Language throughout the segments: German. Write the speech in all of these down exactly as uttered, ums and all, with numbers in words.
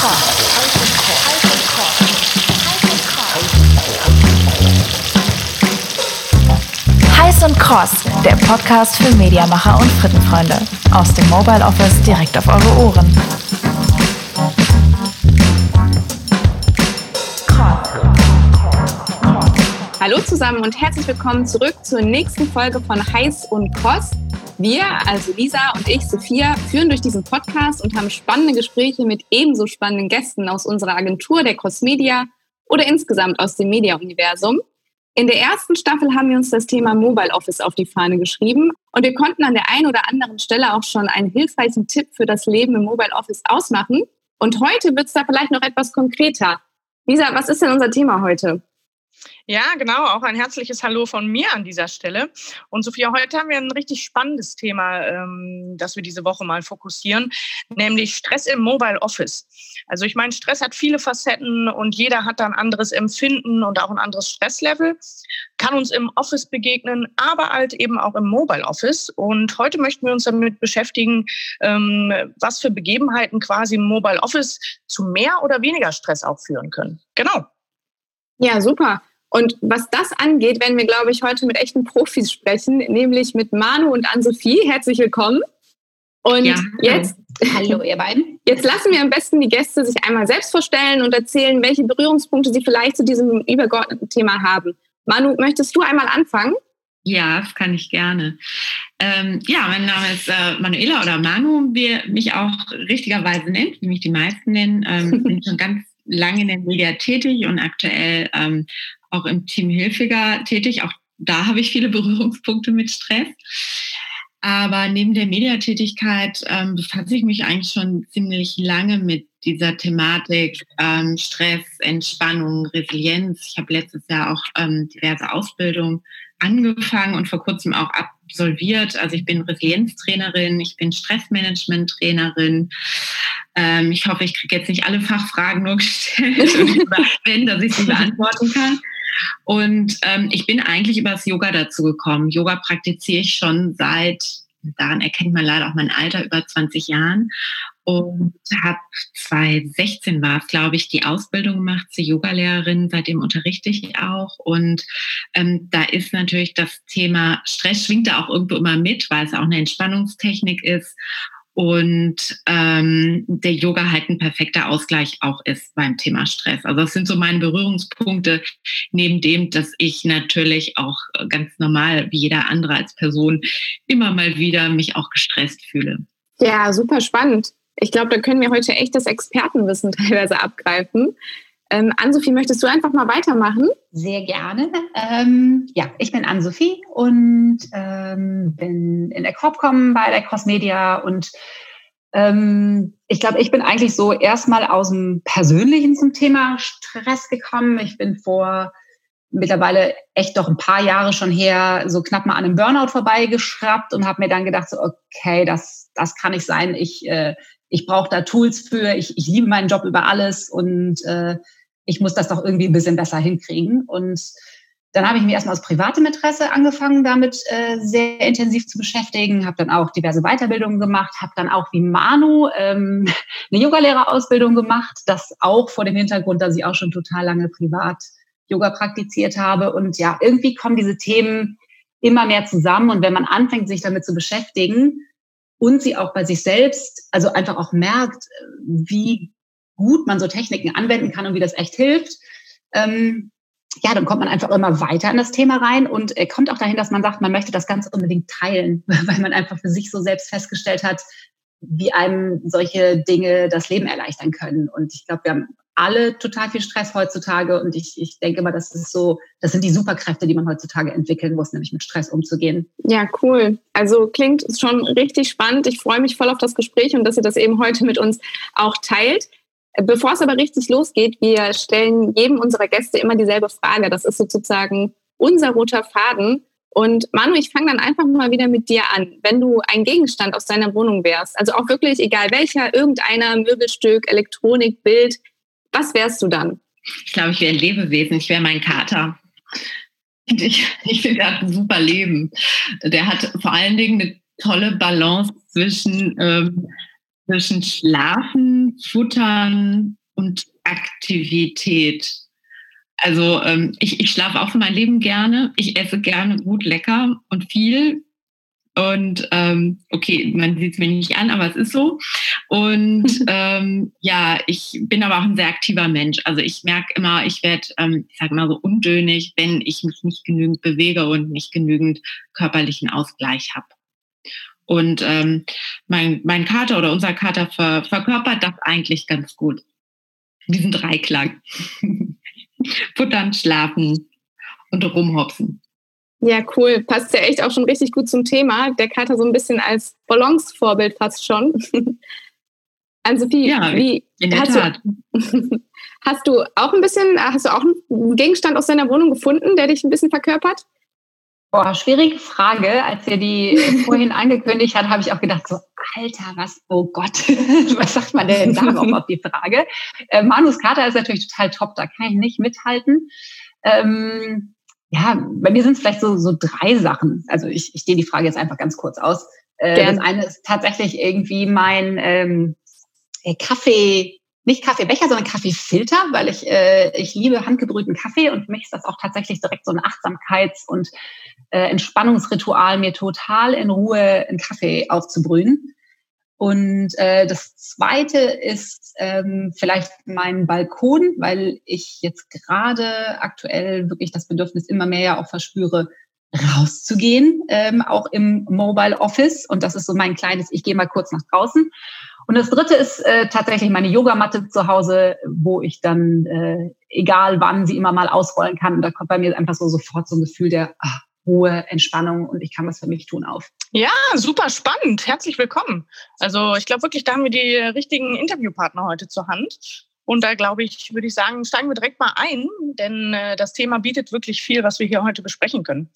Heiß und Cross, der Podcast für Mediamacher und Frittenfreunde. Aus dem Mobile Office direkt auf eure Ohren. Hallo zusammen und herzlich willkommen zurück zur nächsten Folge von Heiß und Cross. Wir, also Lisa und ich, Sophia, führen durch diesen Podcast und haben spannende Gespräche mit ebenso spannenden Gästen aus unserer Agentur, der Crossmedia, oder insgesamt aus dem Media-Universum. In der ersten Staffel haben wir uns das Thema Mobile Office auf die Fahne geschrieben und wir konnten an der einen oder anderen Stelle auch schon einen hilfreichen Tipp für das Leben im Mobile Office ausmachen. Und heute wird es da vielleicht noch etwas konkreter. Lisa, was ist denn unser Thema heute? Ja, genau. Auch ein herzliches Hallo von mir an dieser Stelle. Und Sophia, heute haben wir ein richtig spannendes Thema, ähm, das wir diese Woche mal fokussieren, nämlich Stress im Mobile Office. Also ich meine, Stress hat viele Facetten und jeder hat da ein anderes Empfinden und auch ein anderes Stresslevel. Kann uns im Office begegnen, aber halt eben auch im Mobile Office. Und heute möchten wir uns damit beschäftigen, ähm, was für Begebenheiten quasi im Mobile Office zu mehr oder weniger Stress auch führen können. Genau. Ja, super. Und was das angeht, werden wir, glaube ich, heute mit echten Profis sprechen, nämlich mit Manu und Ann-Sophie. Herzlich willkommen. Und ja, jetzt, hallo ihr beiden. Jetzt lassen wir am besten die Gäste sich einmal selbst vorstellen und erzählen, welche Berührungspunkte sie vielleicht zu diesem übergeordneten Thema haben. Manu, möchtest du einmal anfangen? Ja, das kann ich gerne. Ähm, ja, mein Name ist äh, Manuela oder Manu, wie mich auch richtigerweise nennt, wie mich die meisten nennen. Ähm, bin schon ganz lange in der Media tätig und aktuell ähm, auch im Team Hilfiger tätig. Auch da habe ich viele Berührungspunkte mit Stress. Aber neben der Mediatätigkeit ähm, befasse ich mich eigentlich schon ziemlich lange mit dieser Thematik ähm, Stress, Entspannung, Resilienz. Ich habe letztes Jahr auch ähm, diverse Ausbildungen angefangen und vor kurzem auch absolviert. Also ich bin Resilienztrainerin, ich bin Stressmanagement-Trainerin. Ähm, ich hoffe, ich kriege jetzt nicht alle Fachfragen nur gestellt und wenn, dass ich sie beantworten kann. Und ähm, ich bin eigentlich über das Yoga dazu gekommen. Yoga praktiziere ich schon seit, daran erkennt man leider auch mein Alter, über zwanzig Jahren. Und habe zwanzig sechzehn war es, glaube ich, die Ausbildung gemacht zur Yogalehrerin. Seitdem unterrichte ich auch. Und ähm, da ist natürlich das Thema Stress schwingt da auch irgendwo immer mit, weil es auch eine Entspannungstechnik ist. Und ähm, der Yoga halt ein perfekter Ausgleich auch ist beim Thema Stress. Also das sind so meine Berührungspunkte, neben dem, dass ich natürlich auch ganz normal, wie jeder andere als Person, immer mal wieder mich auch gestresst fühle. Ja, super spannend. Ich glaube, da können wir heute echt das Expertenwissen teilweise abgreifen. Ähm, Ann-Sophie, möchtest du einfach mal weitermachen? Sehr gerne. Ähm, ja, ich bin Ann-Sophie und ähm, bin in der Corpcom bei der Crossmedia und ähm, ich glaube, ich bin eigentlich so erstmal aus dem Persönlichen zum Thema Stress gekommen. Ich bin vor mittlerweile echt doch ein paar Jahre schon her so knapp mal an einem Burnout vorbeigeschraubt und habe mir dann gedacht, so, okay, das, das kann nicht sein. Ich, äh, ich brauche da Tools für. Ich, ich liebe meinen Job über alles und äh, ich muss das doch irgendwie ein bisschen besser hinkriegen. Und dann habe ich mich erstmal aus privatem Interesse angefangen, damit äh, sehr intensiv zu beschäftigen, habe dann auch diverse Weiterbildungen gemacht, habe dann auch wie Manu ähm, eine Yogalehrerausbildung gemacht, das auch vor dem Hintergrund, dass ich auch schon total lange privat Yoga praktiziert habe. Und ja, irgendwie kommen diese Themen immer mehr zusammen. Und wenn man anfängt, sich damit zu beschäftigen und sie auch bei sich selbst, also einfach auch merkt, wie gut man so Techniken anwenden kann und wie das echt hilft, ähm, ja, dann kommt man einfach immer weiter in das Thema rein und äh, kommt auch dahin, dass man sagt, man möchte das Ganze unbedingt teilen, weil man einfach für sich so selbst festgestellt hat, wie einem solche Dinge das Leben erleichtern können. Und ich glaube, wir haben alle total viel Stress heutzutage und ich, ich denke mal, das ist so, das sind die Superkräfte, die man heutzutage entwickeln muss, nämlich mit Stress umzugehen. Ja, cool. Also klingt schon richtig spannend. Ich freue mich voll auf das Gespräch und dass ihr das eben heute mit uns auch teilt. Bevor es aber richtig losgeht, wir stellen jedem unserer Gäste immer dieselbe Frage. Das ist sozusagen unser roter Faden. Und Manu, ich fange dann einfach mal wieder mit dir an. Wenn du ein Gegenstand aus deiner Wohnung wärst, also auch wirklich egal welcher, irgendeiner, Möbelstück, Elektronik, Bild, was wärst du dann? Ich glaube, ich wäre ein Lebewesen. Ich wäre mein Kater. Ich, ich finde, der hat ein super Leben. Der hat vor allen Dingen eine tolle Balance zwischen ähm, zwischen Schlafen, Futtern und Aktivität. Also ähm, ich, ich schlafe auch für mein Leben gerne. Ich esse gerne gut, lecker und viel. Und ähm, okay, man sieht es mir nicht an, aber es ist so. Und ähm, ja, ich bin aber auch ein sehr aktiver Mensch. Also ich merke immer, ich werde, ähm, ich sage mal so undönig, wenn ich mich nicht genügend bewege und nicht genügend körperlichen Ausgleich habe. Und ähm, mein, mein Kater oder unser Kater ver, verkörpert das eigentlich ganz gut. Diesen Dreiklang. Futtern, schlafen und rumhopsen. Ja, cool. Passt ja echt auch schon richtig gut zum Thema. Der Kater so ein bisschen als Balance-Vorbild fast schon. Ann-Sophie, ja, wie in der hast Tat. Du, hast du auch ein bisschen, hast du auch einen Gegenstand aus deiner Wohnung gefunden, der dich ein bisschen verkörpert? Boah, schwierige Frage. Als ihr die vorhin angekündigt hat, habe ich auch gedacht, so, Alter, was, oh Gott, was sagt man denn darauf auf die Frage? Äh, Manus Kater ist natürlich total top, da kann ich nicht mithalten. Ähm, ja, bei mir sind es vielleicht so, so drei Sachen. Also ich, ich dehne die Frage jetzt einfach ganz kurz aus. Äh, das eine ist tatsächlich irgendwie mein ähm, Kaffee, nicht Kaffeebecher, sondern Kaffeefilter, weil ich äh, ich liebe handgebrühten Kaffee und für mich ist das auch tatsächlich direkt so ein Achtsamkeits- und äh, Entspannungsritual, mir total in Ruhe einen Kaffee aufzubrühen. Und äh, das Zweite ist ähm, vielleicht mein Balkon, weil ich jetzt gerade aktuell wirklich das Bedürfnis immer mehr ja auch verspüre, rauszugehen, ähm, auch im Mobile Office. Und das ist so mein kleines, ich gehe mal kurz nach draußen. Und das Dritte ist äh, tatsächlich meine Yogamatte zu Hause, wo ich dann, äh, egal wann, sie immer mal ausrollen kann. Und da kommt bei mir einfach so sofort so ein Gefühl der ach, Ruhe, Entspannung und ich kann was für mich tun auf. Ja, super spannend. Herzlich willkommen. Also ich glaube wirklich, da haben wir die richtigen Interviewpartner heute zur Hand. Und da glaube ich, würde ich sagen, steigen wir direkt mal ein, denn äh, das Thema bietet wirklich viel, was wir hier heute besprechen können.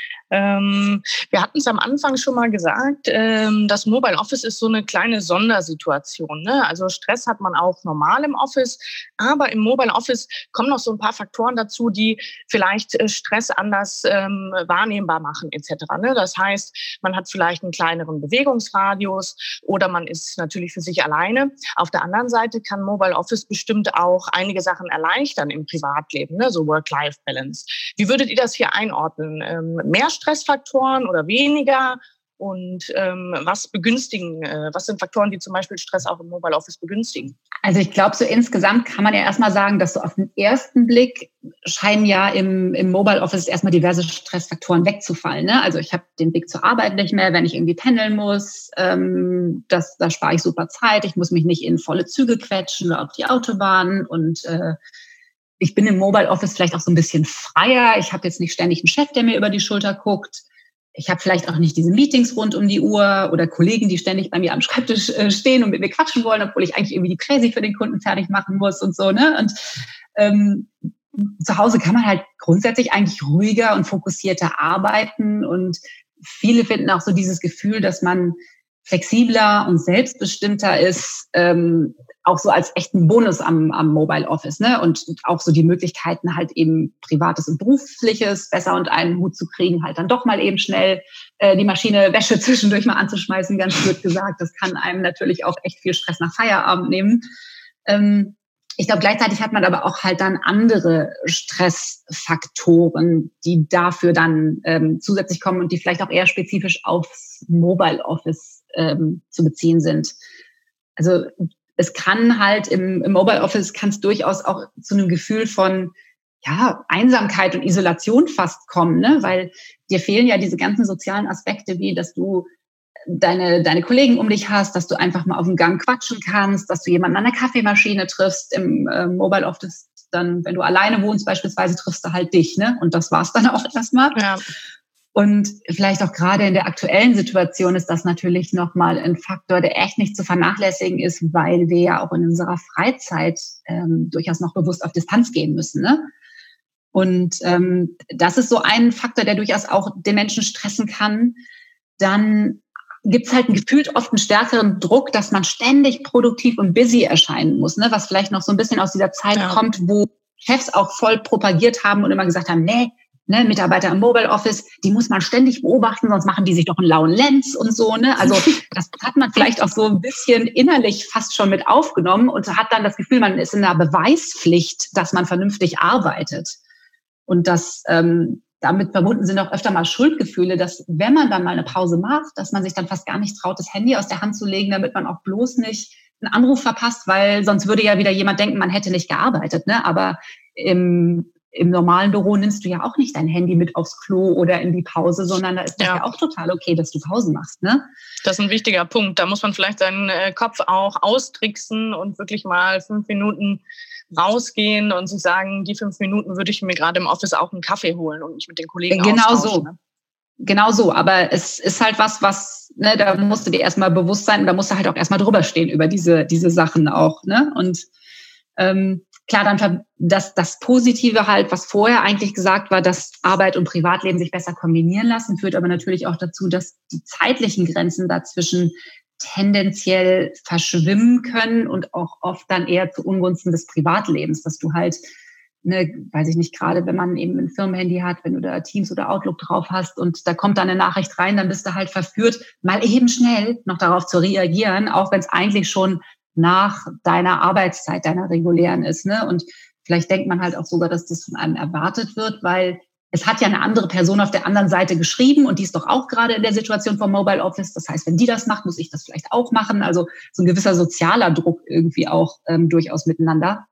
Ähm, wir hatten es am Anfang schon mal gesagt, ähm, das Mobile Office ist so eine kleine Sondersituation, ne? Also Stress hat man auch normal im Office, aber im Mobile Office kommen noch so ein paar Faktoren dazu, die vielleicht äh, Stress anders ähm, wahrnehmbar machen et cetera. Ne? Das heißt, man hat vielleicht einen kleineren Bewegungsradius oder man ist natürlich für sich alleine. Auf der anderen Seite kann Mobile Office bestimmt auch einige Sachen erleichtern im Privatleben, ne? So Work-Life-Balance. Wie würdet ihr das hier einordnen? Ähm, mehr Stressfaktoren oder weniger? Und ähm, was begünstigen, äh, was sind Faktoren, die zum Beispiel Stress auch im Mobile Office begünstigen? Also ich glaube, so insgesamt kann man ja erstmal sagen, dass so auf den ersten Blick scheinen ja im, im Mobile Office erstmal diverse Stressfaktoren wegzufallen. Ne? Also ich habe den Weg zur Arbeit nicht mehr, wenn ich irgendwie pendeln muss. Ähm, das, da spare ich super Zeit. Ich muss mich nicht in volle Züge quetschen oder auf die Autobahn. Und äh, ich bin im Mobile Office vielleicht auch so ein bisschen freier. Ich habe jetzt nicht ständig einen Chef, der mir über die Schulter guckt. Ich habe vielleicht auch nicht diese Meetings rund um die Uhr oder Kollegen, die ständig bei mir am Schreibtisch äh, stehen und mit mir quatschen wollen, obwohl ich eigentlich irgendwie die Präsi für den Kunden fertig machen muss und so. Ne? Und ähm, zu Hause kann man halt grundsätzlich eigentlich ruhiger und fokussierter arbeiten. Und viele finden auch so dieses Gefühl, dass man flexibler und selbstbestimmter ist, ähm, auch so als echten Bonus am, am Mobile Office, ne? Und auch so die Möglichkeiten halt eben Privates und Berufliches besser unter einen Hut zu kriegen, halt dann doch mal eben schnell äh, die Maschine Wäsche zwischendurch mal anzuschmeißen, ganz blöd gesagt. Das kann einem natürlich auch echt viel Stress nach Feierabend nehmen. Ähm, ich glaube, gleichzeitig hat man aber auch halt dann andere Stressfaktoren, die dafür dann ähm, zusätzlich kommen und die vielleicht auch eher spezifisch aufs Mobile Office ähm, zu beziehen sind. Also es kann halt im, im Mobile Office kann es durchaus auch zu einem Gefühl von ja Einsamkeit und Isolation fast kommen, ne? Weil dir fehlen ja diese ganzen sozialen Aspekte, wie dass du deine deine Kollegen um dich hast, dass du einfach mal auf dem Gang quatschen kannst, dass du jemanden an der Kaffeemaschine triffst. Im äh, Mobile Office dann, wenn du alleine wohnst beispielsweise, triffst du halt dich, ne? Und das war's dann auch erstmal. Ja. Und vielleicht auch gerade in der aktuellen Situation ist das natürlich nochmal ein Faktor, der echt nicht zu vernachlässigen ist, weil wir ja auch in unserer Freizeit ähm, durchaus noch bewusst auf Distanz gehen müssen. Ne? Und ähm, das ist so ein Faktor, der durchaus auch den Menschen stressen kann. Dann gibt es halt gefühlt oft einen stärkeren Druck, dass man ständig produktiv und busy erscheinen muss, ne? Was vielleicht noch so ein bisschen aus dieser Zeit ja. kommt, wo Chefs auch voll propagiert haben und immer gesagt haben, nee, ne, Mitarbeiter im Mobile Office, die muss man ständig beobachten, sonst machen die sich doch einen lauen Lenz und so, ne? Also das hat man vielleicht auch so ein bisschen innerlich fast schon mit aufgenommen und hat dann das Gefühl, man ist in einer Beweispflicht, dass man vernünftig arbeitet. Und das ähm, damit verbunden sind auch öfter mal Schuldgefühle, dass wenn man dann mal eine Pause macht, dass man sich dann fast gar nicht traut, das Handy aus der Hand zu legen, damit man auch bloß nicht einen Anruf verpasst, weil sonst würde ja wieder jemand denken, man hätte nicht gearbeitet, ne? Aber im Im normalen Büro nimmst du ja auch nicht dein Handy mit aufs Klo oder in die Pause, sondern da ist das ja, ja auch total okay, dass du Pause machst, ne? Das ist ein wichtiger Punkt. Da muss man vielleicht seinen Kopf auch austricksen und wirklich mal fünf Minuten rausgehen und sich sagen, die fünf Minuten würde ich mir gerade im Office auch einen Kaffee holen und mich mit den Kollegen genau austauschen. So. Ne? Genau so. Aber es ist halt was, was, ne, da musst du dir erstmal bewusst sein und da musst du halt auch erstmal drüber stehen über diese, diese Sachen auch, ne? Und ähm, klar, dann das, das Positive halt, was vorher eigentlich gesagt war, dass Arbeit und Privatleben sich besser kombinieren lassen, führt aber natürlich auch dazu, dass die zeitlichen Grenzen dazwischen tendenziell verschwimmen können und auch oft dann eher zu Ungunsten des Privatlebens, dass du halt, ne, weiß ich nicht, gerade wenn man eben ein Firmenhandy hat, wenn du da Teams oder Outlook drauf hast und da kommt dann eine Nachricht rein, dann bist du halt verführt, mal eben schnell noch darauf zu reagieren, auch wenn es eigentlich schon nach deiner Arbeitszeit, deiner regulären ist, ne? Und vielleicht denkt man halt auch sogar, dass das von einem erwartet wird, weil es hat ja eine andere Person auf der anderen Seite geschrieben und die ist doch auch gerade in der Situation vom Mobile Office. Das heißt, wenn die das macht, muss ich das vielleicht auch machen. Also so ein gewisser sozialer Druck irgendwie auch ähm, durchaus miteinander.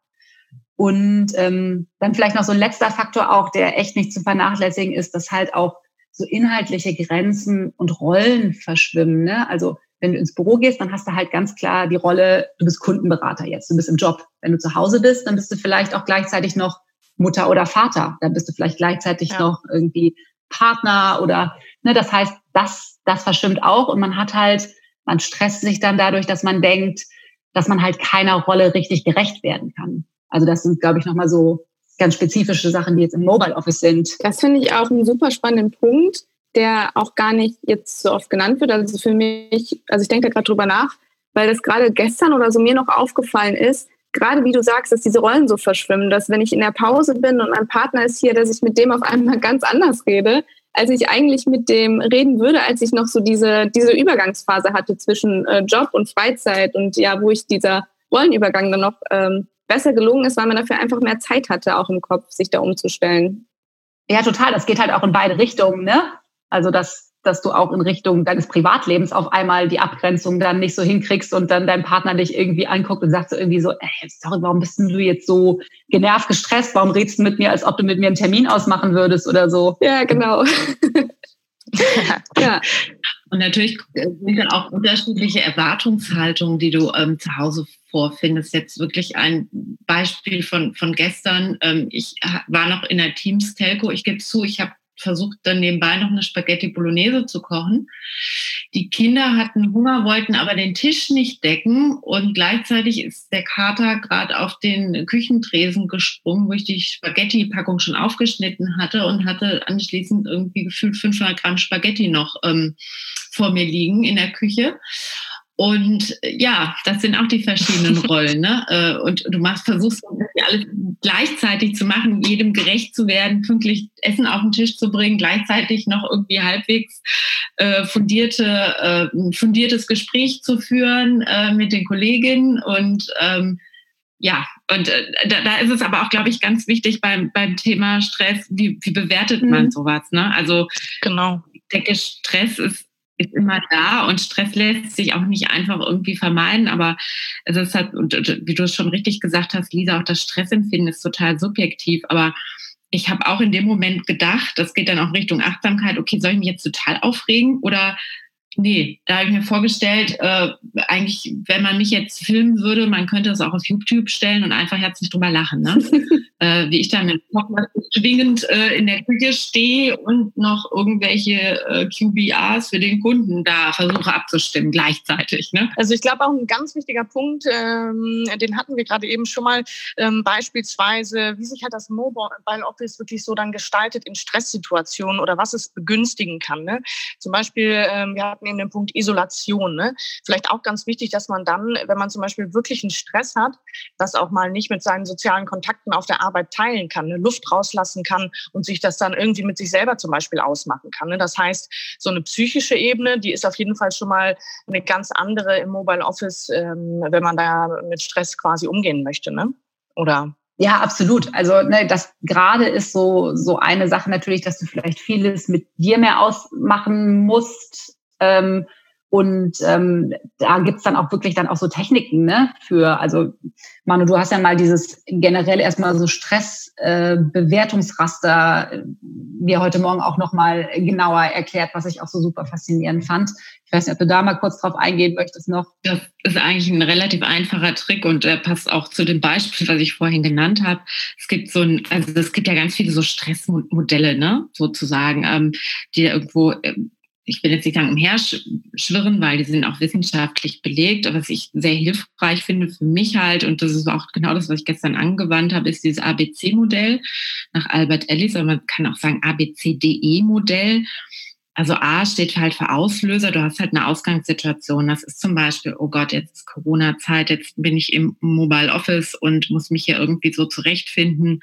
Und ähm, dann vielleicht noch so ein letzter Faktor auch, der echt nicht zu vernachlässigen ist, dass halt auch so inhaltliche Grenzen und Rollen verschwimmen, ne? Also wenn du ins Büro gehst, dann hast du halt ganz klar die Rolle, du bist Kundenberater jetzt, du bist im Job. Wenn du zu Hause bist, dann bist du vielleicht auch gleichzeitig noch Mutter oder Vater. Dann bist du vielleicht gleichzeitig ja. noch irgendwie Partner oder, ne, das heißt, das, das verschwimmt auch und man hat halt, man stresst sich dann dadurch, dass man denkt, dass man halt keiner Rolle richtig gerecht werden kann. Also das sind, glaube ich, nochmal so ganz spezifische Sachen, die jetzt im Mobile Office sind. Das finde ich auch einen super spannenden Punkt, der auch gar nicht jetzt so oft genannt wird. Also für mich, also ich denke da gerade drüber nach, weil das gerade gestern oder so mir noch aufgefallen ist, gerade wie du sagst, dass diese Rollen so verschwimmen, dass wenn ich in der Pause bin und mein Partner ist hier, dass ich mit dem auf einmal ganz anders rede, als ich eigentlich mit dem reden würde, als ich noch so diese, diese Übergangsphase hatte zwischen äh, Job und Freizeit und ja, wo ich dieser Rollenübergang dann noch ähm, besser gelungen ist, weil man dafür einfach mehr Zeit hatte, auch im Kopf, sich da umzustellen. Ja, total. Das geht halt auch in beide Richtungen, ne? Also, dass, dass du auch in Richtung deines Privatlebens auf einmal die Abgrenzung dann nicht so hinkriegst und dann dein Partner dich irgendwie anguckt und sagt so irgendwie so, ey, sorry, warum bist denn du jetzt so genervt, gestresst? Warum redest du mit mir, als ob du mit mir einen Termin ausmachen würdest oder so? Ja, genau. Ja. Und natürlich sind dann auch unterschiedliche Erwartungshaltungen, die du ähm, zu Hause vorfindest. Jetzt wirklich ein Beispiel von, von gestern. Ähm, ich war noch in der Teams-Telco. Ich gebe zu, ich habe versucht, dann nebenbei noch eine Spaghetti Bolognese zu kochen. Die Kinder hatten Hunger, wollten aber den Tisch nicht decken und gleichzeitig ist der Kater gerade auf den Küchentresen gesprungen, wo ich die Spaghetti-Packung schon aufgeschnitten hatte und hatte anschließend irgendwie gefühlt fünfhundert Gramm Spaghetti noch ähm, vor mir liegen in der Küche. Und ja, das sind auch die verschiedenen Rollen, ne? Und du machst, versuchst alles gleichzeitig zu machen, jedem gerecht zu werden, pünktlich Essen auf den Tisch zu bringen, gleichzeitig noch irgendwie halbwegs äh, fundierte, äh, fundiertes Gespräch zu führen äh, mit den Kolleginnen. Und ähm, ja, und äh, da, da ist es aber auch, glaube ich, ganz wichtig beim, beim Thema Stress, wie, wie bewertet man mhm. sowas, ne? Also genau, ich denke, Stress ist ist immer da und Stress lässt sich auch nicht einfach irgendwie vermeiden, aber also es hat, und wie du es schon richtig gesagt hast, Lisa, auch das Stressempfinden ist total subjektiv, aber ich habe auch in dem Moment gedacht, das geht dann auch Richtung Achtsamkeit, okay, soll ich mich jetzt total aufregen oder nee, da habe ich mir vorgestellt, äh, eigentlich, wenn man mich jetzt filmen würde, man könnte es auch auf YouTube stellen und einfach herzlich drüber lachen, ne? äh, wie ich dann mit Popcorn schwingend äh, in der Küche stehe und noch irgendwelche äh, Q B Rs für den Kunden da versuche abzustimmen gleichzeitig, ne? Also ich glaube auch ein ganz wichtiger Punkt, ähm, den hatten wir gerade eben schon mal, ähm, beispielsweise, wie sich halt das Mobile Office wirklich so dann gestaltet in Stresssituationen oder was es begünstigen kann, ne? Zum Beispiel, ähm, wir hatten hatten eben den Punkt Isolation. Ne? Vielleicht auch ganz wichtig, dass man dann, wenn man zum Beispiel wirklich einen Stress hat, das auch mal nicht mit seinen sozialen Kontakten auf der Arbeit teilen kann, eine Luft rauslassen kann und sich das dann irgendwie mit sich selber zum Beispiel ausmachen kann. Ne? Das heißt, so eine psychische Ebene, die ist auf jeden Fall schon mal eine ganz andere im Mobile Office, ähm, wenn man da mit Stress quasi umgehen möchte, ne? Oder? Ja, absolut. Also ne, das gerade ist so so eine Sache natürlich, dass du vielleicht vieles mit dir mehr ausmachen musst. Ähm, und ähm, da gibt's dann auch wirklich dann auch so Techniken, ne? Für, also Manu, du hast ja mal dieses generell erstmal so Stressbewertungsraster äh, mir heute Morgen auch nochmal genauer erklärt, was ich auch so super faszinierend fand. Ich weiß nicht, ob du da mal kurz drauf eingehen möchtest noch. Das ist eigentlich ein relativ einfacher Trick und der passt auch zu dem Beispiel, was ich vorhin genannt habe. Es gibt so ein, also es gibt ja ganz viele so Stressmodelle, ne, sozusagen, ähm, die irgendwo, ähm, ich will jetzt nicht sagen umherschwirren, weil die sind auch wissenschaftlich belegt. Aber was ich sehr hilfreich finde für mich halt, und das ist auch genau das, was ich gestern angewandt habe, ist dieses A B C-Modell nach Albert Ellis, aber man kann auch sagen A B C D E-Modell. Also A steht halt für Auslöser. Du hast halt eine Ausgangssituation. Das ist zum Beispiel, oh Gott, jetzt ist Corona-Zeit, jetzt bin ich im Mobile Office und muss mich hier irgendwie so zurechtfinden.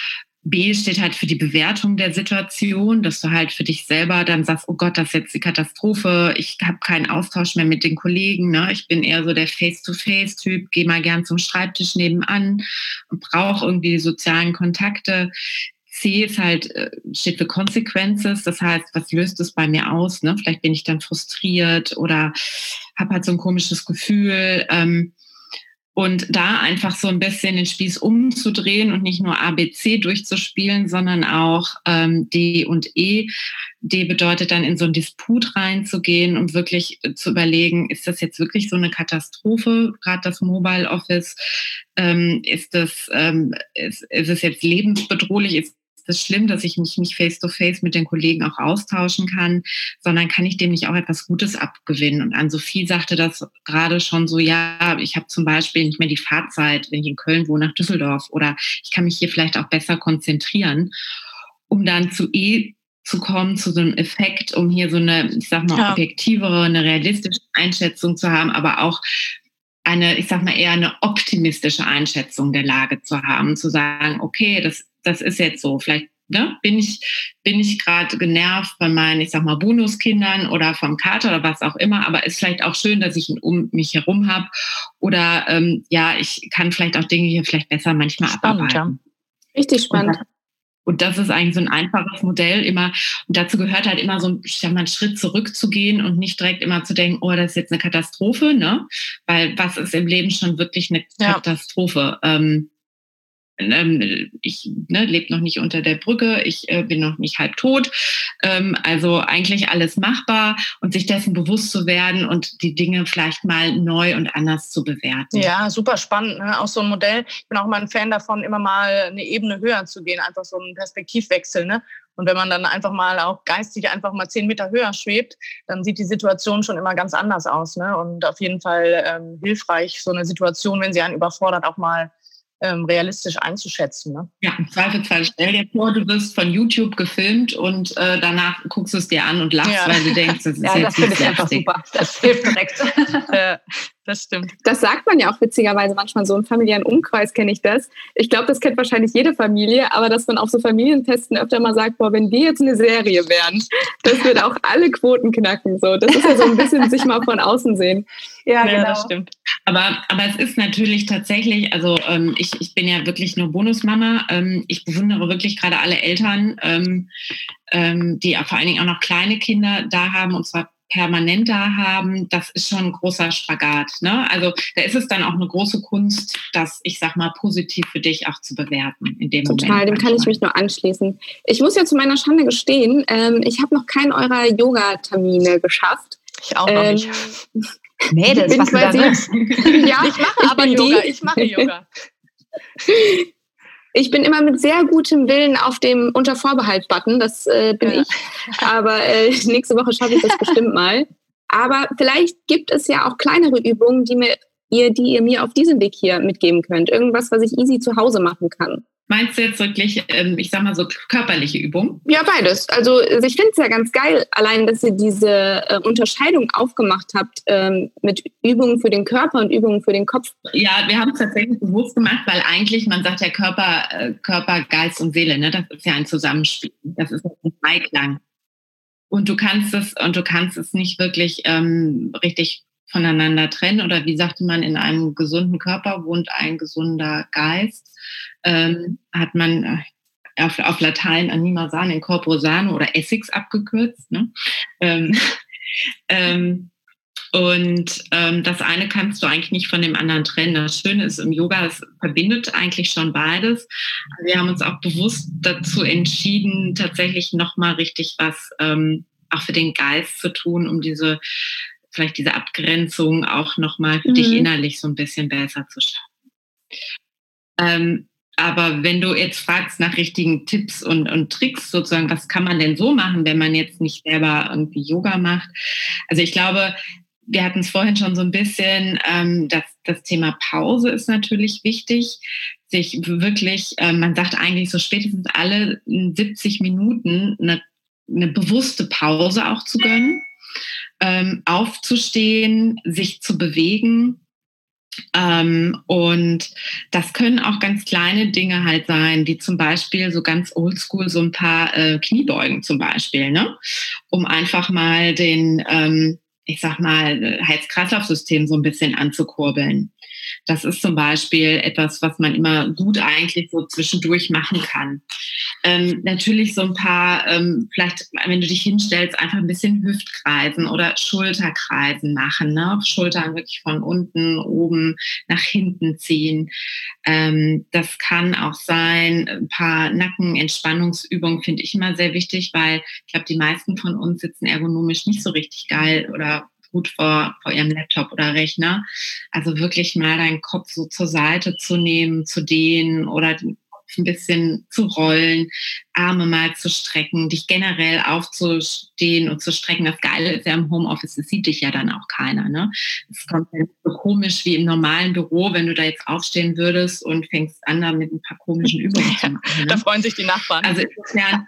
B steht halt für die Bewertung der Situation, dass du halt für dich selber dann sagst, oh Gott, das ist jetzt die Katastrophe, ich habe keinen Austausch mehr mit den Kollegen, ne? Ich bin eher so der Face-to-Face-Typ, gehe mal gern zum Schreibtisch nebenan und brauche irgendwie die sozialen Kontakte. C ist halt, steht für Consequences, das heißt, was löst es bei mir aus? Ne? Vielleicht bin ich dann frustriert oder habe halt so ein komisches Gefühl. Ähm, Und da einfach so ein bisschen den Spieß umzudrehen und nicht nur A, B, C durchzuspielen, sondern auch ähm, D und E. D bedeutet dann in so einen Disput reinzugehen und wirklich zu überlegen, ist das jetzt wirklich so eine Katastrophe, gerade das Mobile Office? Ähm, ist, das, ähm, ist, ist es jetzt lebensbedrohlich? Ist es schlimm, dass ich mich nicht face-to-face mit den Kollegen auch austauschen kann, sondern kann ich dem nicht auch etwas Gutes abgewinnen? Und Ann-Sophie sagte das gerade schon so, ja, ich habe zum Beispiel nicht mehr die Fahrzeit, wenn ich in Köln wohne, nach Düsseldorf, oder ich kann mich hier vielleicht auch besser konzentrieren, um dann zu E zu kommen, zu so einem Effekt, um hier so eine, ich sag mal, ja. objektivere, eine realistische Einschätzung zu haben, aber auch eine, ich sag mal, eher eine optimistische Einschätzung der Lage zu haben, zu sagen, okay, das das ist jetzt so, vielleicht ne, bin ich bin ich gerade genervt von meinen, ich sag mal, Bonuskindern oder vom Kater oder was auch immer, aber ist vielleicht auch schön, dass ich ihn um mich herum habe oder ähm, ja, ich kann vielleicht auch Dinge hier vielleicht besser manchmal Spannend, abarbeiten. Ja. Richtig spannend. Und, und das ist eigentlich so ein einfaches Modell immer, und dazu gehört halt immer so ein, ich sag mal, einen Schritt zurückzugehen und nicht direkt immer zu denken, oh, das ist jetzt eine Katastrophe, ne? Weil was ist im Leben schon wirklich eine Ja. Katastrophe? Ähm, ich ne, lebe noch nicht unter der Brücke, ich äh, bin noch nicht halb tot. Ähm, also eigentlich alles machbar und sich dessen bewusst zu werden und die Dinge vielleicht mal neu und anders zu bewerten. Ja, super spannend, ne? Auch so ein Modell. Ich bin auch mal ein Fan davon, immer mal eine Ebene höher zu gehen, einfach so ein Perspektivwechsel. Ne? Und wenn man dann einfach mal auch geistig einfach mal zehn Meter höher schwebt, dann sieht die Situation schon immer ganz anders aus. Ne? Und auf jeden Fall ähm, hilfreich, so eine Situation, wenn sie einen überfordert, auch mal Ähm, realistisch einzuschätzen. Ne? Ja, im Zweifelsfall stell dir vor, du wirst von YouTube gefilmt und äh, danach guckst du es dir an und lachst, Ja. weil du denkst, das ist Ja, jetzt das finde nicht ich einfach lustig. super. Das hilft direkt. Ja, das stimmt. Das sagt man ja auch witzigerweise manchmal so im familiären Umkreis, kenne ich das. Ich glaube, das kennt wahrscheinlich jede Familie, aber dass man auf so Familienfesten öfter mal sagt, boah, wenn die jetzt eine Serie wären, das wird auch alle Quoten knacken. So. Das ist ja so ein bisschen sich mal von außen sehen. Ja, Ja, genau. das stimmt. Aber, aber es ist natürlich tatsächlich, also ähm, ich, ich bin ja wirklich nur Bonusmama. Ähm, ich bewundere wirklich gerade alle Eltern, ähm, ähm, die vor allen Dingen auch noch kleine Kinder da haben und zwar permanent da haben. Das ist schon ein großer Spagat. Ne? Also da ist es dann auch eine große Kunst, das, ich sag mal, positiv für dich auch zu bewerten. In dem Total, Moment dem kann ich mich nur anschließen. Ich muss ja zu meiner Schande gestehen, ähm, ich habe noch keinen eurer Yoga-Termine geschafft. Ich auch noch Ähm, nicht. Mädels, bin was du da quasi- sagst. Ja, Ich mache aber bin Yoga. die- Ich mache Yoga. Ich bin immer mit sehr gutem Willen auf dem Unter-Vorbehalt-Button, das äh, bin Ja. ich. Aber äh, nächste Woche schaffe ich das bestimmt mal. Aber vielleicht gibt es ja auch kleinere Übungen, die mir ihr, die ihr mir auf diesem Weg hier mitgeben könnt? Irgendwas, was ich easy zu Hause machen kann? Meinst du jetzt wirklich, ich sag mal so körperliche Übungen? Ja, beides. Also ich finde es ja ganz geil, allein, dass ihr diese äh, Unterscheidung aufgemacht habt ähm, mit Übungen für den Körper und Übungen für den Kopf. Ja, wir haben es tatsächlich bewusst gemacht, weil eigentlich, man sagt ja Körper, äh, Körper, Geist und Seele, ne? Das ist ja ein Zusammenspiel. Das ist ein Dreiklang. Und du kannst es, und du kannst es nicht wirklich ähm, richtig voneinander trennen. Oder wie sagte man, in einem gesunden Körper wohnt ein gesunder Geist. Ähm, hat man äh, auf, auf Latein anima sane in corpore sano oder Essex abgekürzt. Ne? Ähm, ähm, und ähm, das eine kannst du eigentlich nicht von dem anderen trennen. Das Schöne ist im Yoga, es verbindet eigentlich schon beides. Wir haben uns auch bewusst dazu entschieden, tatsächlich nochmal richtig was ähm, auch für den Geist zu tun, um diese vielleicht diese Abgrenzung auch nochmal für mhm. dich innerlich so ein bisschen besser zu schaffen. Ähm, aber wenn du jetzt fragst nach richtigen Tipps und, und Tricks sozusagen, was kann man denn so machen, wenn man jetzt nicht selber irgendwie Yoga macht? Also ich glaube, wir hatten es vorhin schon so ein bisschen, ähm, dass das Thema Pause ist natürlich wichtig, sich wirklich, äh, man sagt eigentlich so spätestens alle siebzig Minuten eine, eine bewusste Pause auch zu gönnen. Ähm, aufzustehen, sich zu bewegen. Ähm, und das können auch ganz kleine Dinge halt sein, wie zum Beispiel so ganz oldschool so ein paar äh, Kniebeugen zum Beispiel, ne? Um einfach mal den, ähm, ich sag mal, Herz-Kreislauf-System so ein bisschen anzukurbeln. Das ist zum Beispiel etwas, was man immer gut eigentlich so zwischendurch machen kann. Ähm, natürlich so ein paar, ähm, vielleicht, wenn du dich hinstellst, einfach ein bisschen Hüftkreisen oder Schulterkreisen machen, ne? Schultern wirklich von unten, oben nach hinten ziehen. Ähm, das kann auch sein, ein paar Nackenentspannungsübungen finde ich immer sehr wichtig, weil ich glaube, die meisten von uns sitzen ergonomisch nicht so richtig geil oder gut vor, vor ihrem Laptop oder Rechner. Also wirklich mal deinen Kopf so zur Seite zu nehmen, zu dehnen oder den Kopf ein bisschen zu rollen, Arme mal zu strecken, dich generell aufzustehen und zu strecken. Das Geile ist ja im Homeoffice, das sieht dich ja dann auch keiner. Ne? Es kommt ja nicht so komisch wie im normalen Büro, wenn du da jetzt aufstehen würdest und fängst an, da mit ein paar komischen Übungen zu machen. Ne? Da freuen sich die Nachbarn. Also insofern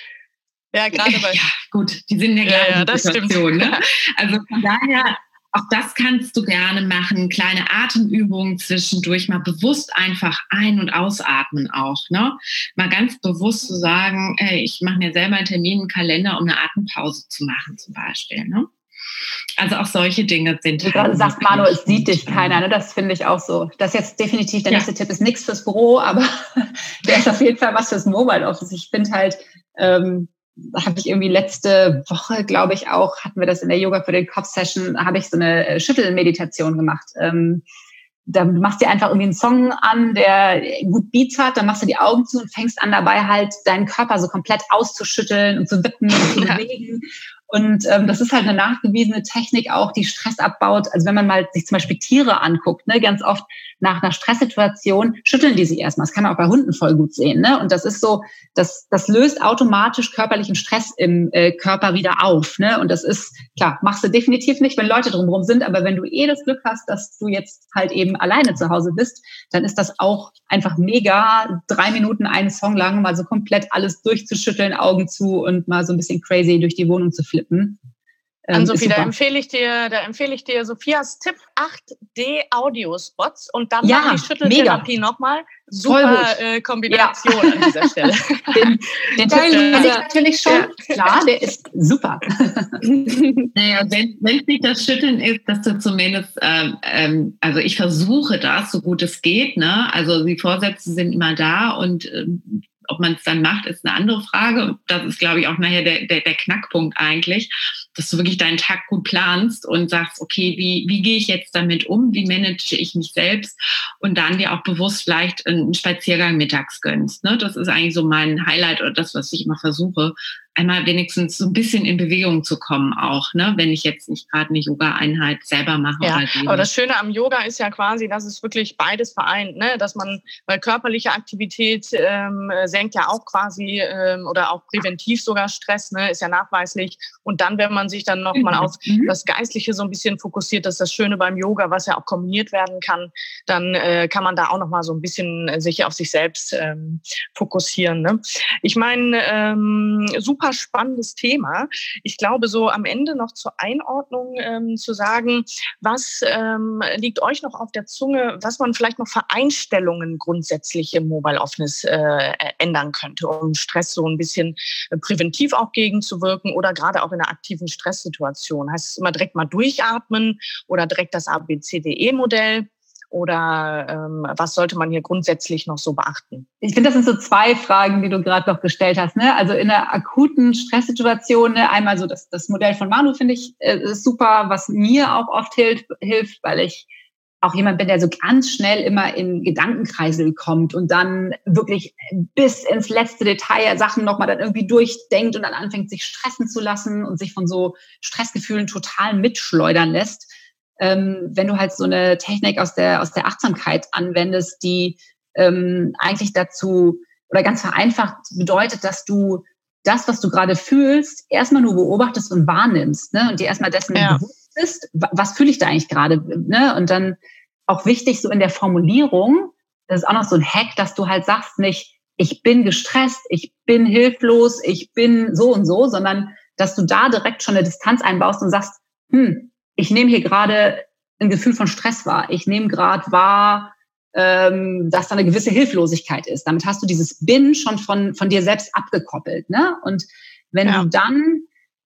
Ja, gerade bei. Ja, gut, die sind in der gleichen ja, ja, das Situation. Stimmt. Ne? Also von daher, auch das kannst du gerne machen. Kleine Atemübungen zwischendurch, mal bewusst einfach ein- und ausatmen auch. Ne? Mal ganz bewusst zu sagen, ey, ich mache mir selber einen Termin, einen Kalender, um eine Atempause zu machen zum Beispiel. Ne? Also auch solche Dinge sind. Wie du gerade sagst, Manu, es sieht dich keiner. Ne? Das finde ich auch so. Das ist jetzt definitiv der ja. nächste Tipp, ist nichts fürs Büro, aber der ist auf jeden Fall was fürs Mobile Office. Ich finde halt, ähm, habe ich irgendwie letzte Woche, glaube ich auch, hatten wir das in der Yoga für den Kopf-Session, habe ich so eine Schüttelmeditation gemacht. Ähm, da machst du dir einfach irgendwie einen Song an, der gut Beats hat, dann machst du die Augen zu und fängst an dabei halt deinen Körper so komplett auszuschütteln und zu wippen und zu bewegen. Und ähm, das ist halt eine nachgewiesene Technik auch, die Stress abbaut. Also wenn man mal sich zum Beispiel Tiere anguckt, ne, ganz oft nach einer Stresssituation schütteln die sich erstmal. Das kann man auch bei Hunden voll gut sehen. Ne? Und das ist so, das, das löst automatisch körperlichen Stress im äh, Körper wieder auf. Ne? Und das ist, klar, machst du definitiv nicht, wenn Leute drumherum sind. Aber wenn du eh das Glück hast, dass du jetzt halt eben alleine zu Hause bist, dann ist das auch einfach mega, drei Minuten einen Song lang mal so komplett alles durchzuschütteln, Augen zu und mal so ein bisschen crazy durch die Wohnung zu flippen. Ähm, Ann-Sophie, da empfehle ich dir, da empfehle ich dir Sophias Tipp acht D Audiospots und dann ja, die Schütteltherapie nochmal. Super äh, Kombination ja. an dieser Stelle. Den, den Tipp kenne ich natürlich schon. Ja. Klar, der ist super. Naja, wenn es nicht das Schütteln ist, dass du zumindest, ähm, ähm, also ich versuche das, so gut es geht. Ne? Also die Vorsätze sind immer da und ähm, ob man es dann macht, ist eine andere Frage. Und das ist, glaube ich, auch nachher der, der, der Knackpunkt eigentlich, dass du wirklich deinen Tag gut planst und sagst, okay, wie, wie gehe ich jetzt damit um? Wie manage ich mich selbst? Und dann dir auch bewusst vielleicht einen Spaziergang mittags gönnst. Ne? Das ist eigentlich so mein Highlight oder das, was ich immer versuche, einmal wenigstens so ein bisschen in Bewegung zu kommen auch, ne? Wenn ich jetzt nicht gerade eine Yoga-Einheit selber mache. Ja, oder gebe. Aber das Schöne am Yoga ist ja quasi, dass es wirklich beides vereint, ne? Dass man, weil körperliche Aktivität ähm, senkt ja auch quasi ähm, oder auch präventiv sogar Stress, ne? Ist ja nachweislich. Und dann, wenn man sich dann nochmal mhm. auf das Geistliche so ein bisschen fokussiert, das ist das Schöne beim Yoga, was ja auch kombiniert werden kann, dann äh, kann man da auch nochmal so ein bisschen sich auf sich selbst ähm, fokussieren, ne? Ich meine, ähm, super spannendes Thema. Ich glaube, so am Ende noch zur Einordnung ähm, zu sagen, was ähm, liegt euch noch auf der Zunge, was man vielleicht noch für Einstellungen grundsätzlich im Mobile Office äh, ändern könnte, um Stress so ein bisschen präventiv auch gegenzuwirken oder gerade auch in einer aktiven Stresssituation? Heißt es immer direkt mal durchatmen oder direkt das A B C D E-Modell? Oder ähm, was sollte man hier grundsätzlich noch so beachten? Ich finde, das sind so zwei Fragen, die du gerade noch gestellt hast. Ne? Also in einer akuten Stresssituation, ne? einmal so das, das Modell von Manu finde ich äh, ist super, was mir auch oft hilft, hilft, weil ich auch jemand bin, der so ganz schnell immer in Gedankenkreisel kommt und dann wirklich bis ins letzte Detail Sachen nochmal dann irgendwie durchdenkt und dann anfängt, sich stressen zu lassen und sich von so Stressgefühlen total mitschleudern lässt. Ähm, wenn du halt so eine Technik aus der aus der Achtsamkeit anwendest, die ähm, eigentlich dazu oder ganz vereinfacht bedeutet, dass du das, was du gerade fühlst, erstmal nur beobachtest und wahrnimmst, ne? Und dir erstmal dessen ja. bewusst bist, was fühle ich da eigentlich gerade, ne? Und dann auch wichtig so in der Formulierung, das ist auch noch so ein Hack, dass du halt sagst nicht, ich bin gestresst, ich bin hilflos, ich bin so und so, sondern dass du da direkt schon eine Distanz einbaust und sagst, hm, ich nehme hier gerade ein Gefühl von Stress wahr. Ich nehme gerade wahr, ähm, dass da eine gewisse Hilflosigkeit ist. Damit hast du dieses Bin schon von von dir selbst abgekoppelt, ne? Und wenn ja. du dann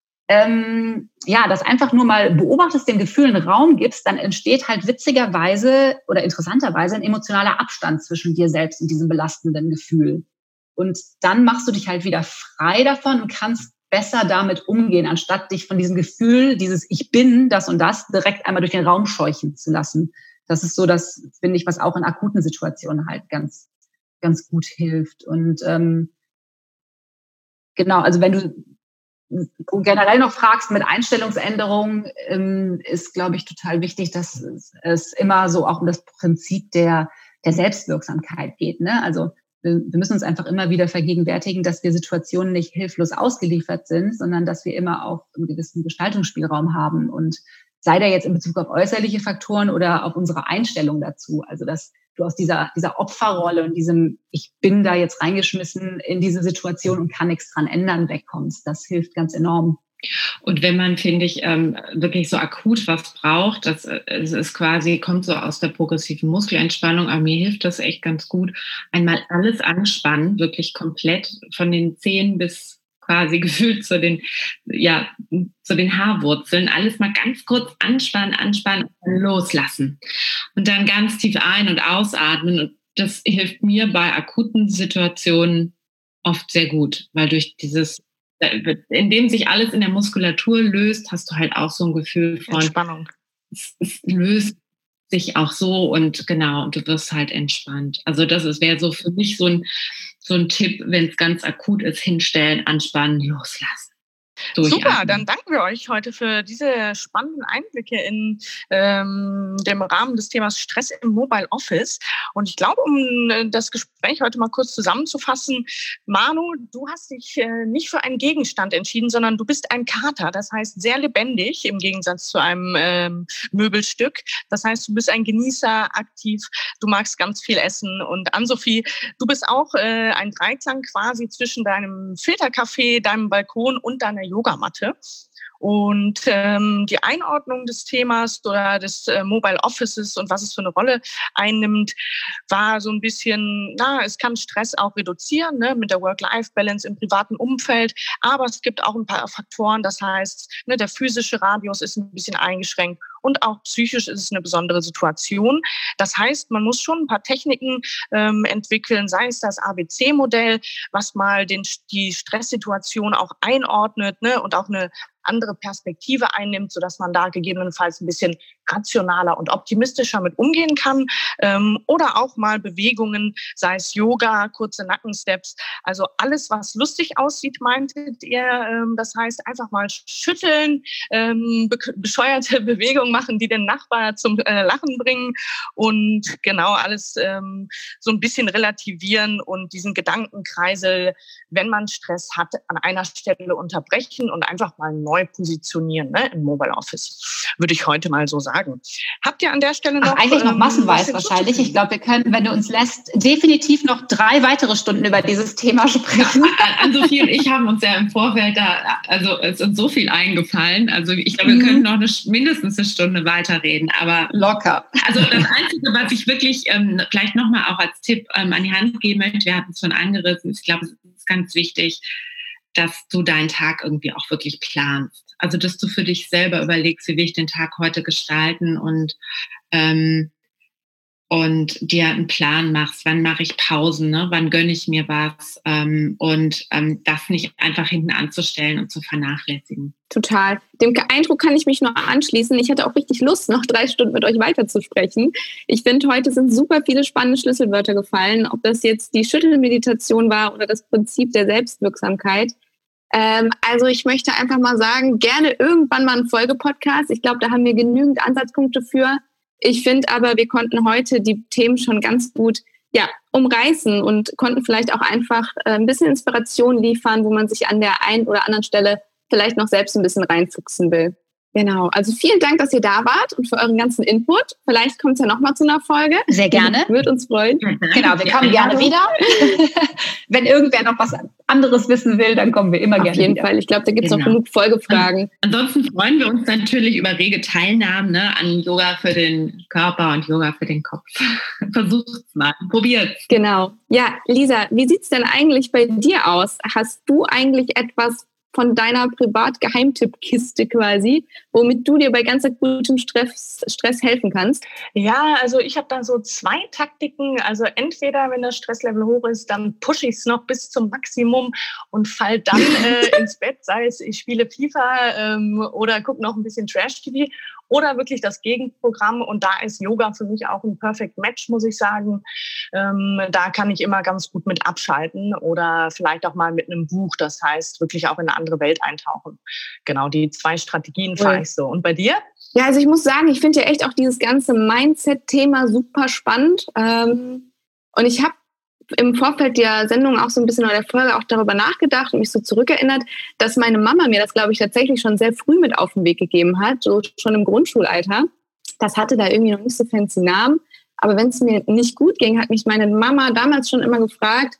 ähm, ja das einfach nur mal beobachtest, dem Gefühl einen Raum gibst, dann entsteht halt witzigerweise oder interessanterweise ein emotionaler Abstand zwischen dir selbst und diesem belastenden Gefühl. Und dann machst du dich halt wieder frei davon und kannst besser damit umgehen, anstatt dich von diesem Gefühl, dieses Ich bin das und das, direkt einmal durch den Raum scheuchen zu lassen. Das ist so das, finde ich, was auch in akuten Situationen halt ganz, ganz gut hilft. Und ähm, genau, also wenn du generell noch fragst mit Einstellungsänderungen, ähm, ist, glaube ich, total wichtig, dass es, es immer so auch um das Prinzip der, der Selbstwirksamkeit geht, ne? Also wir müssen uns einfach immer wieder vergegenwärtigen, dass wir Situationen nicht hilflos ausgeliefert sind, sondern dass wir immer auch einen gewissen Gestaltungsspielraum haben. Und sei der jetzt in Bezug auf äußerliche Faktoren oder auf unsere Einstellung dazu. Also dass du aus dieser, dieser Opferrolle und diesem Ich bin da jetzt reingeschmissen in diese Situation und kann nichts dran ändern wegkommst. Das hilft ganz enorm. Und wenn man, finde ich, ähm, wirklich so akut was braucht, das es ist quasi, kommt so aus der progressiven Muskelentspannung, aber mir hilft das echt ganz gut, einmal alles anspannen, wirklich komplett von den Zehen bis quasi gefühlt zu den, ja, zu den Haarwurzeln, alles mal ganz kurz anspannen, anspannen und dann loslassen. Und dann ganz tief ein- und ausatmen. Und das hilft mir bei akuten Situationen oft sehr gut, weil durch dieses indem sich alles in der Muskulatur löst, hast du halt auch so ein Gefühl von Entspannung. Es, es löst sich auch so und genau, und du wirst halt entspannt. Also das ist wäre so für mich so ein, so ein Tipp, wenn es ganz akut ist, hinstellen, anspannen, loslassen. Super, dann danken wir euch heute für diese spannenden Einblicke in ähm, dem Rahmen des Themas Stress im Mobile Office. Und ich glaube, um das Gespräch heute mal kurz zusammenzufassen, Manu, du hast dich äh, nicht für einen Gegenstand entschieden, sondern du bist ein Kater. Das heißt sehr lebendig im Gegensatz zu einem ähm, Möbelstück. Das heißt, du bist ein Genießer, aktiv, du magst ganz viel essen. Und Ann-Sophie, du bist auch äh, ein Dreiklang quasi zwischen deinem Filterkaffee, deinem Balkon und deiner Yogamatte. Und ähm, die Einordnung des Themas oder des äh, Mobile Offices und was es für eine Rolle einnimmt, war so ein bisschen, na, es kann Stress auch reduzieren, ne, mit der Work-Life-Balance im privaten Umfeld. Aber es gibt auch ein paar Faktoren, das heißt, ne, der physische Radius ist ein bisschen eingeschränkt und auch psychisch ist es eine besondere Situation. Das heißt, man muss schon ein paar Techniken ähm, entwickeln, sei es das A B C-Modell, was mal den, die Stresssituation auch einordnet, ne, und auch eine andere Perspektive einnimmt, sodass man da gegebenenfalls ein bisschen rationaler und optimistischer mit umgehen kann. Ähm, oder auch mal Bewegungen, sei es Yoga, kurze Nackensteps. Also alles, was lustig aussieht, meintet ihr. Ähm, das heißt, einfach mal schütteln, ähm, be- bescheuerte Bewegungen machen, die den Nachbar zum äh, Lachen bringen und genau alles ähm, so ein bisschen relativieren und diesen Gedankenkreisel, wenn man Stress hat, an einer Stelle unterbrechen und einfach mal neu positionieren, ne, im Mobile Office. Würde ich heute mal so sagen. Habt ihr an der Stelle noch... Ach, eigentlich noch ähm, massenweise wahrscheinlich. Ich glaube, wir können, wenn du uns lässt, definitiv noch drei weitere Stunden über dieses Thema sprechen. Ann-Sophie und ich haben uns ja im Vorfeld da, also es ist uns so viel eingefallen. Also ich glaube, wir Mhm. können noch eine, mindestens eine Stunde weiterreden. Aber Locker. also das Einzige, was ich wirklich ähm, vielleicht nochmal auch als Tipp ähm, an die Hand geben möchte, wir hatten es schon angerissen, ich glaube, es ist ganz wichtig, dass du deinen Tag irgendwie auch wirklich planst. Also, dass du für dich selber überlegst, wie will ich den Tag heute gestalten und, ähm, und dir einen Plan machst, wann mache ich Pausen, ne? Wann gönne ich mir was ähm, und ähm, das nicht einfach hinten anzustellen und zu vernachlässigen. Total. Dem Eindruck kann ich mich noch anschließen. Ich hatte auch richtig Lust, noch drei Stunden mit euch weiterzusprechen. Ich finde, heute sind super viele spannende Schlüsselwörter gefallen, ob das jetzt die Schüttelmeditation war oder das Prinzip der Selbstwirksamkeit. Ähm, also ich möchte einfach mal sagen, gerne irgendwann mal einen Folgepodcast. Ich glaube, da haben wir genügend Ansatzpunkte für. Ich finde aber, wir konnten heute die Themen schon ganz gut ja, umreißen und konnten vielleicht auch einfach äh, ein bisschen Inspiration liefern, wo man sich an der einen oder anderen Stelle vielleicht noch selbst ein bisschen reinfuchsen will. Genau, also vielen Dank, dass ihr da wart und für euren ganzen Input. Vielleicht kommt es ja nochmal zu einer Folge. Sehr gerne. Würde uns freuen. Genau, wir kommen gerne wieder. Wenn irgendwer noch was anderes wissen will, dann kommen wir immer Auf gerne jeden wieder. Fall. Ich glaube, da gibt es Genau. noch genug Folgefragen. Ansonsten freuen wir uns natürlich über rege Teilnahme, ne, an Yoga für den Körper und Yoga für den Kopf. Versucht's mal, probiert's. Genau. Ja, Lisa, wie sieht's denn eigentlich bei dir aus? Hast du eigentlich etwas von deiner Privat-Geheimtippkiste quasi, womit du dir bei ganz akutem Stress, Stress helfen kannst? Ja, also ich habe da so zwei Taktiken. Also entweder, wenn das Stresslevel hoch ist, dann pushe ich es noch bis zum Maximum und fall dann äh, ins Bett, sei es ich spiele FIFA ähm, oder gucke noch ein bisschen Trash-T V oder wirklich das Gegenprogramm. Und da ist Yoga für mich auch ein Perfect Match, muss ich sagen. Ähm, da kann ich immer ganz gut mit abschalten oder vielleicht auch mal mit einem Buch, das heißt wirklich auch in eine andere Welt eintauchen. Genau, die zwei Strategien fahre ich so. Und bei dir? Ja, also ich muss sagen, ich finde ja echt auch dieses ganze Mindset-Thema super spannend. Ähm, und ich habe im Vorfeld der Sendung auch so ein bisschen oder der Folge auch darüber nachgedacht und mich so zurückerinnert, dass meine Mama mir das, glaube ich, tatsächlich schon sehr früh mit auf den Weg gegeben hat, so schon im Grundschulalter. Das hatte da irgendwie noch nicht so fancy Namen. Aber wenn es mir nicht gut ging, hat mich meine Mama damals schon immer gefragt,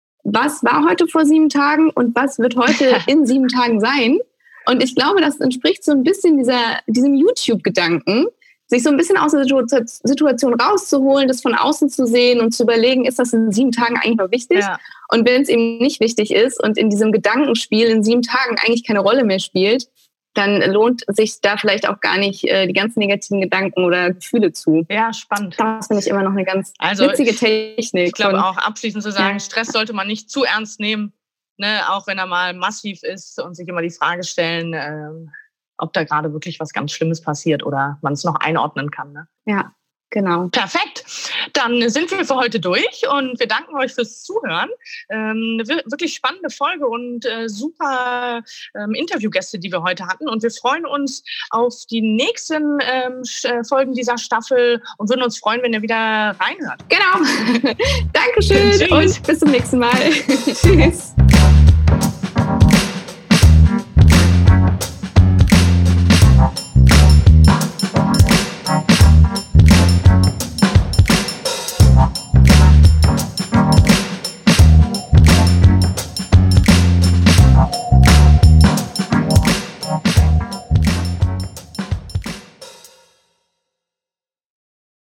was war heute vor sieben Tagen und was wird heute in sieben Tagen sein? Und ich glaube, das entspricht so ein bisschen dieser, diesem YouTube-Gedanken, sich so ein bisschen aus der Situation rauszuholen, das von außen zu sehen und zu überlegen, ist das in sieben Tagen eigentlich noch wichtig? Ja. Und wenn es eben nicht wichtig ist und in diesem Gedankenspiel in sieben Tagen eigentlich keine Rolle mehr spielt, dann lohnt sich da vielleicht auch gar nicht äh, die ganzen negativen Gedanken oder Gefühle zu. Ja, spannend. Das finde ich immer noch eine ganz also, witzige Technik. Ich glaube auch abschließend zu sagen, ja. Stress sollte man nicht zu ernst nehmen, ne? Auch wenn er mal massiv ist und sich immer die Frage stellen, äh, ob da gerade wirklich was ganz Schlimmes passiert oder man es noch einordnen kann. Ne? Ja, genau. Perfekt. Dann sind wir für heute durch und wir danken euch fürs Zuhören. Ähm, eine wirklich spannende Folge und äh, super ähm, Interviewgäste, die wir heute hatten. Und wir freuen uns auf die nächsten ähm, Folgen dieser Staffel und würden uns freuen, wenn ihr wieder reinhört. Genau. Dankeschön und bis zum nächsten Mal. Tschüss.